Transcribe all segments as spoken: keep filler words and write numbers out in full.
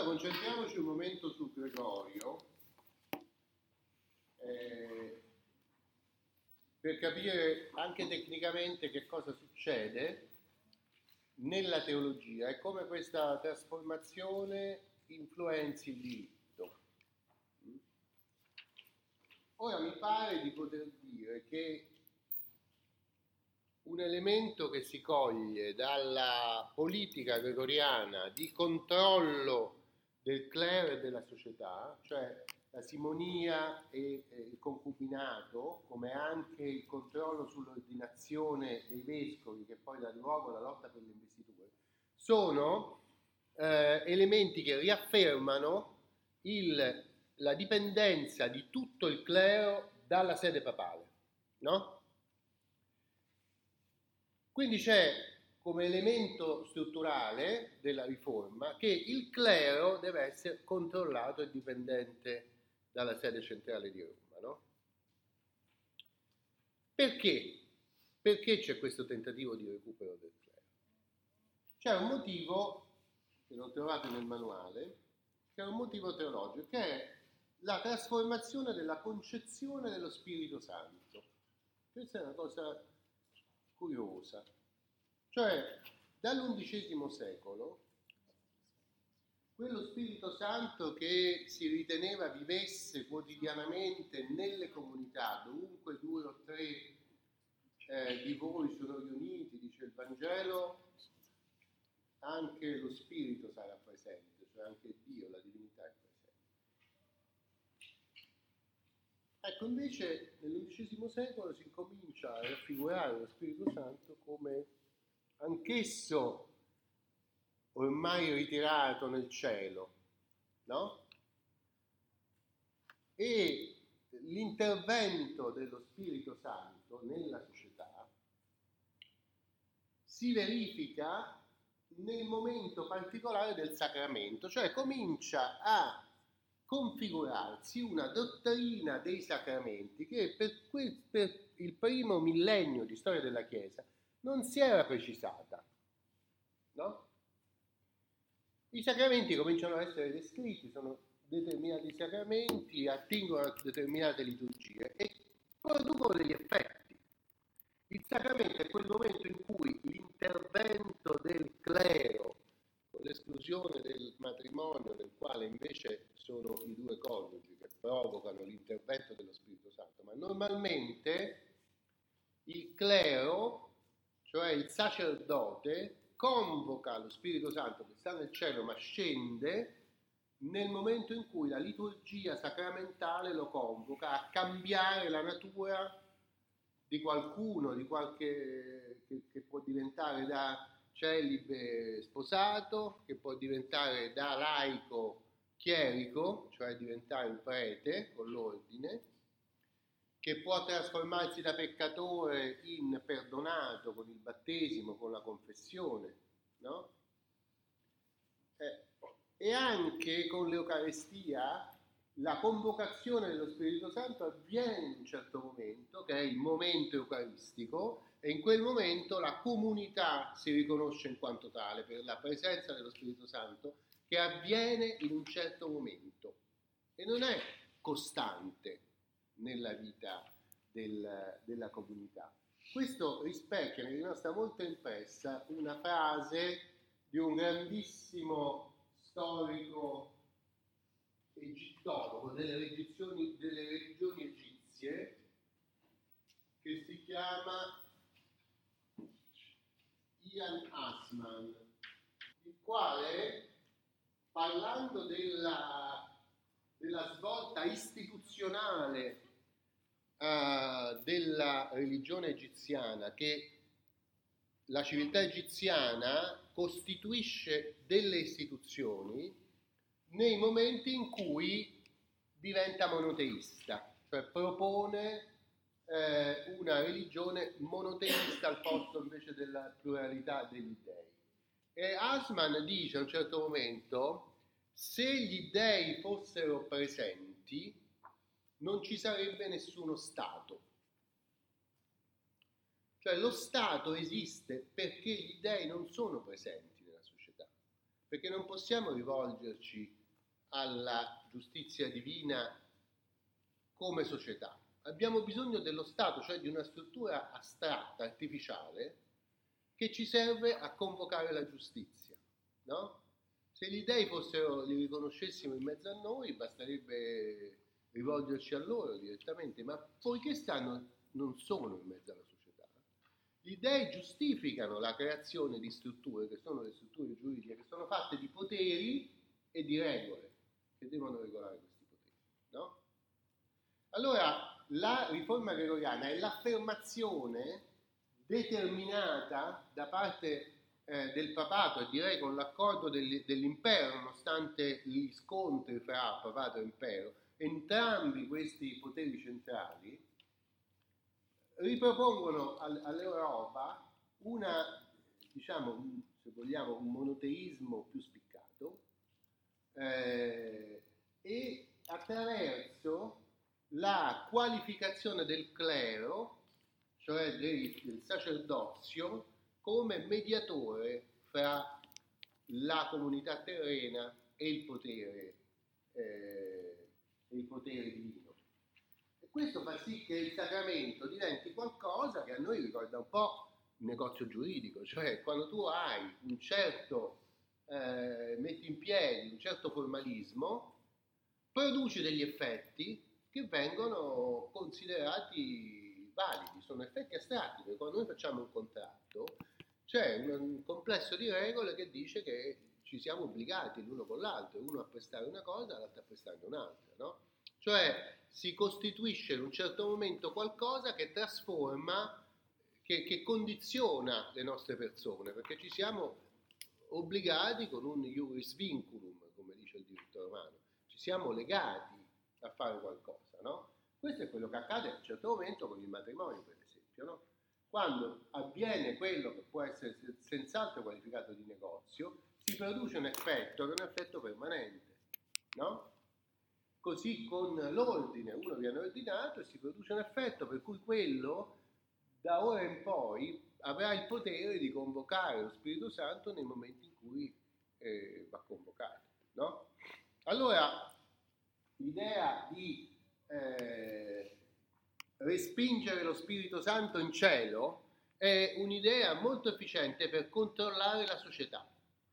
Allora concentriamoci un momento su Gregorio eh, per capire anche tecnicamente che cosa succede nella teologia e come questa trasformazione influenzi il diritto. Ora mi pare di poter dire che un elemento che si coglie dalla politica gregoriana di controllo del clero e della società, cioè la simonia e eh, il concubinato, come anche il controllo sull'ordinazione dei vescovi, che poi dà luogo alla lotta per le investiture, sono eh, elementi che riaffermano il, la dipendenza di tutto il clero dalla sede papale, no? Quindi c'è come elemento strutturale della riforma che il clero deve essere controllato e dipendente dalla sede centrale di Roma, no? Perché? Perché c'è questo tentativo di recupero del clero? C'è un motivo che non trovate nel manuale, che è un motivo teologico, che è la trasformazione della concezione dello Spirito Santo. Questa è una cosa curiosa. Cioè, dall'undicesimo secolo, quello Spirito Santo che si riteneva vivesse quotidianamente nelle comunità, dovunque due o tre eh, di voi sono riuniti, dice il Vangelo, anche lo Spirito sarà presente, cioè anche Dio, la divinità è presente. Ecco, invece nell'undicesimo secolo si comincia a raffigurare lo Spirito Santo come anch'esso ormai ritirato nel cielo, no? E l'intervento dello Spirito Santo nella società si verifica nel momento particolare del sacramento, cioè comincia a configurarsi una dottrina dei sacramenti che per, quel, per il primo millennio di storia della Chiesa non si era precisata, no? I sacramenti cominciano a essere descritti, sono determinati sacramenti, attingono a determinate liturgie e producono degli effetti. Il sacramento è quel momento in cui l'intervento del clero, con l'esclusione del matrimonio, nel quale invece sono i due coniugi che provocano l'intervento dello Spirito Santo, ma normalmente il clero, cioè il sacerdote, convoca lo Spirito Santo che sta nel cielo ma scende nel momento in cui la liturgia sacramentale lo convoca a cambiare la natura di qualcuno, di qualche che, che può diventare da celibe sposato, che può diventare da laico chierico, cioè diventare un prete con l'ordine, che può trasformarsi da peccatore in perdonato con il battesimo, con la confessione, no? Eh, e anche con l'Eucarestia la convocazione dello Spirito Santo avviene in un certo momento, che è il momento eucaristico, e in quel momento la comunità si riconosce in quanto tale per la presenza dello Spirito Santo che avviene in un certo momento e non è costante nella vita del, della comunità. Questo rispecchia, mi è rimasta molto impressa, una frase di un grandissimo storico egittologo delle religioni, delle religioni egizie, che si chiama Ian Assman, il quale, parlando della, della svolta istituzionale uh, della religione egiziana, che la civiltà egiziana costituisce delle istituzioni nei momenti in cui diventa monoteista, cioè propone eh, una religione monoteista al posto invece della pluralità degli dei. E Assman dice a un certo momento: se gli dei fossero presenti non ci sarebbe nessuno Stato. Cioè lo Stato esiste perché gli dei non sono presenti nella società, perché non possiamo rivolgerci alla giustizia divina come società. Abbiamo bisogno dello Stato, cioè di una struttura astratta, artificiale, che ci serve a convocare la giustizia, no? Se gli dei fossero, li riconoscessimo in mezzo a noi, basterebbe rivolgerci a loro direttamente, ma poiché stanno, non sono in mezzo alla società, gli dei giustificano la creazione di strutture, che sono le strutture giuridiche, che sono fatte di poteri e di regole, che devono regolare questi poteri, no? Allora, la riforma gregoriana è l'affermazione determinata da parte eh, del papato, e direi con l'accordo del, dell'impero, nonostante gli scontri fra papato e impero, entrambi questi poteri centrali ripropongono al, all'Europa una, diciamo, un, se vogliamo, un monoteismo più spiccato eh, e attraverso la qualificazione del clero, cioè del, del sacerdozio, come mediatore fra la comunità terrena e il potere, eh, e il potere divino. E questo fa sì che il sacramento diventi qualcosa che a noi ricorda un po' il negozio giuridico, cioè quando tu hai un certo, eh, metti in piedi un certo formalismo, produci degli effetti che vengono considerati validi, sono effetti astratti, perché quando noi facciamo un contratto c'è un, un complesso di regole che dice che ci siamo obbligati l'uno con l'altro, uno a prestare una cosa, l'altro a prestarne un'altra, no? Cioè si costituisce in un certo momento qualcosa che trasforma, che, che condiziona le nostre persone, perché ci siamo obbligati con un iuris vinculum, come dice il diritto romano, ci siamo legati a fare qualcosa, no? Questo è quello che accade a un certo momento con il matrimonio, per esempio, no? Quando avviene quello che può essere senz'altro qualificato di negozio, si produce un effetto che è un effetto permanente, no? Così con l'ordine, uno viene ordinato e si produce un effetto per cui quello da ora in poi avrà il potere di convocare lo Spirito Santo nei momenti in cui eh, va convocato, no? Allora, l'idea di eh, respingere lo Spirito Santo in cielo è un'idea molto efficiente per controllare la società,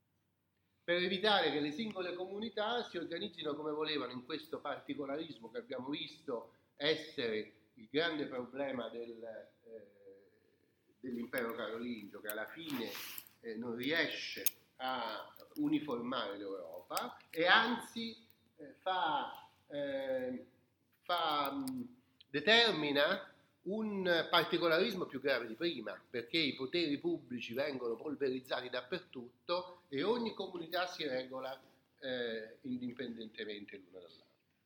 per evitare che le singole comunità si organizzino come volevano in questo particolarismo che abbiamo visto essere il grande problema del, eh, dell'impero carolingio, che alla fine eh, non riesce a uniformare l'Europa e anzi eh, fa, eh, fa mh, determina un particolarismo più grave di prima, perché i poteri pubblici vengono polverizzati dappertutto e ogni comunità si regola eh, indipendentemente l'una dall'altra.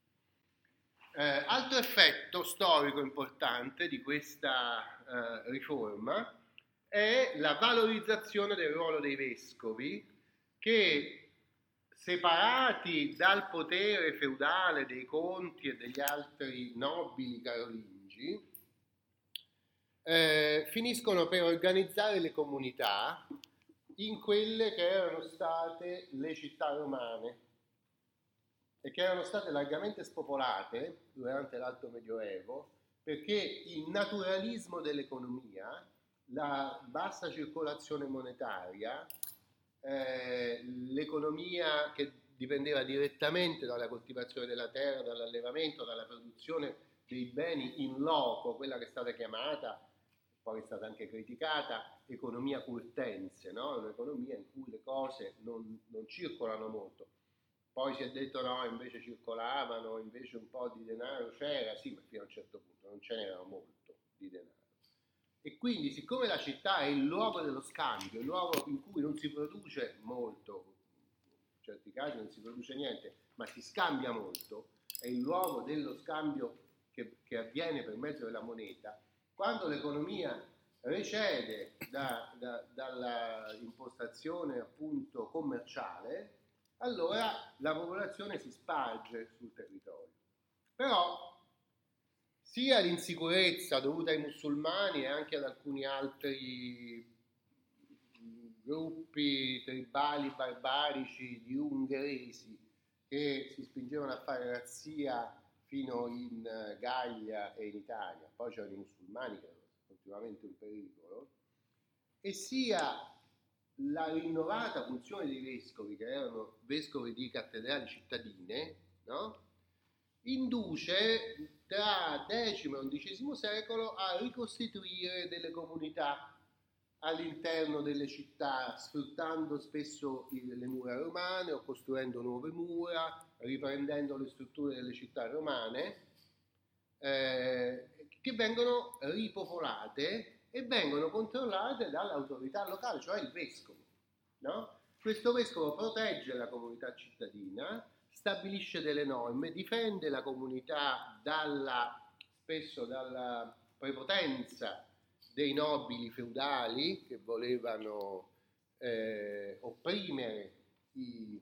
Eh, altro effetto storico importante di questa eh, riforma è la valorizzazione del ruolo dei vescovi, che separati dal potere feudale dei conti e degli altri nobili carolingi, eh, finiscono per organizzare le comunità in quelle che erano state le città romane e che erano state largamente spopolate durante l'Alto Medioevo, perché il naturalismo dell'economia, la bassa circolazione monetaria, eh, l'economia che dipendeva direttamente dalla coltivazione della terra, dall'allevamento, dalla produzione dei beni in loco, quella che è stata chiamata, poi è stata anche criticata, economia curtense, no? Un'economia in cui le cose non, non circolano molto. Poi si è detto no, invece circolavano, invece un po' di denaro c'era, sì, ma fino a un certo punto non ce n'era molto di denaro. E quindi, siccome la città è il luogo dello scambio, il luogo in cui non si produce molto, in certi casi non si produce niente, ma si scambia molto, è il luogo dello scambio che, che avviene per mezzo della moneta, quando l'economia recede da, da, dalla impostazione appunto commerciale, allora la popolazione si sparge sul territorio. Però sia l'insicurezza dovuta ai musulmani e anche ad alcuni altri gruppi tribali barbarici di ungheresi che si spingevano a fare razzia fino in Gallia e in Italia, poi c'erano i musulmani che erano continuamente un pericolo, e sia la rinnovata funzione dei vescovi, che erano vescovi di cattedrali cittadine, no? Induce tra decimo e undicesimo secolo a ricostituire delle comunità all'interno delle città, sfruttando spesso le mura romane o costruendo nuove mura, riprendendo le strutture delle città romane, eh, che vengono ripopolate e vengono controllate dall'autorità locale, cioè il vescovo, no? Questo vescovo protegge la comunità cittadina, stabilisce delle norme, difende la comunità dalla, spesso dalla prepotenza dei nobili feudali che volevano eh, opprimere i,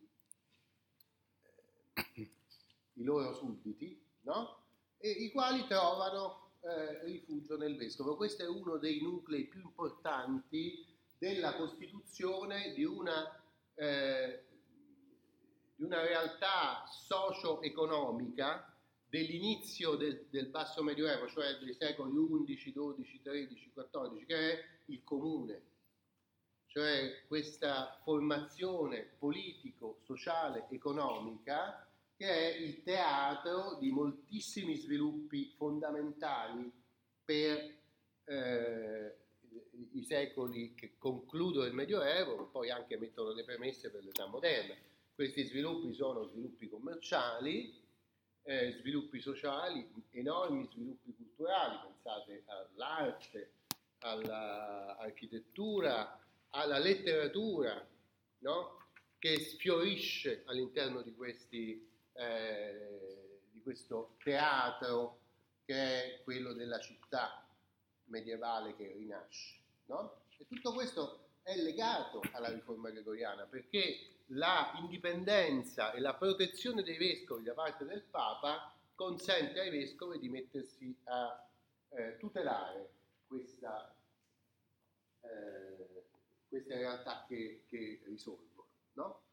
eh, i loro sudditi, no? E i quali trovano eh, rifugio nel vescovo. Questo è uno dei nuclei più importanti della costituzione di una, eh, di una realtà socio-economica dell'inizio del, del basso medioevo, cioè dei secoli undici, dodici, tredici, quattordici, che è il comune, cioè questa formazione politico-sociale economica che è il teatro di moltissimi sviluppi fondamentali per eh, i secoli che concludono il Medioevo, poi anche mettono le premesse per l'età moderna. Questi sviluppi sono sviluppi commerciali, eh, sviluppi sociali, enormi sviluppi culturali, pensate all'arte, all'architettura, alla letteratura, no? Che sfiorisce all'interno di questi Eh, di questo teatro che è quello della città medievale che rinasce, no? E tutto questo è legato alla riforma gregoriana, perché la indipendenza e la protezione dei vescovi da parte del Papa consente ai vescovi di mettersi a eh, tutelare questa, eh, queste realtà che, che risolvono, no?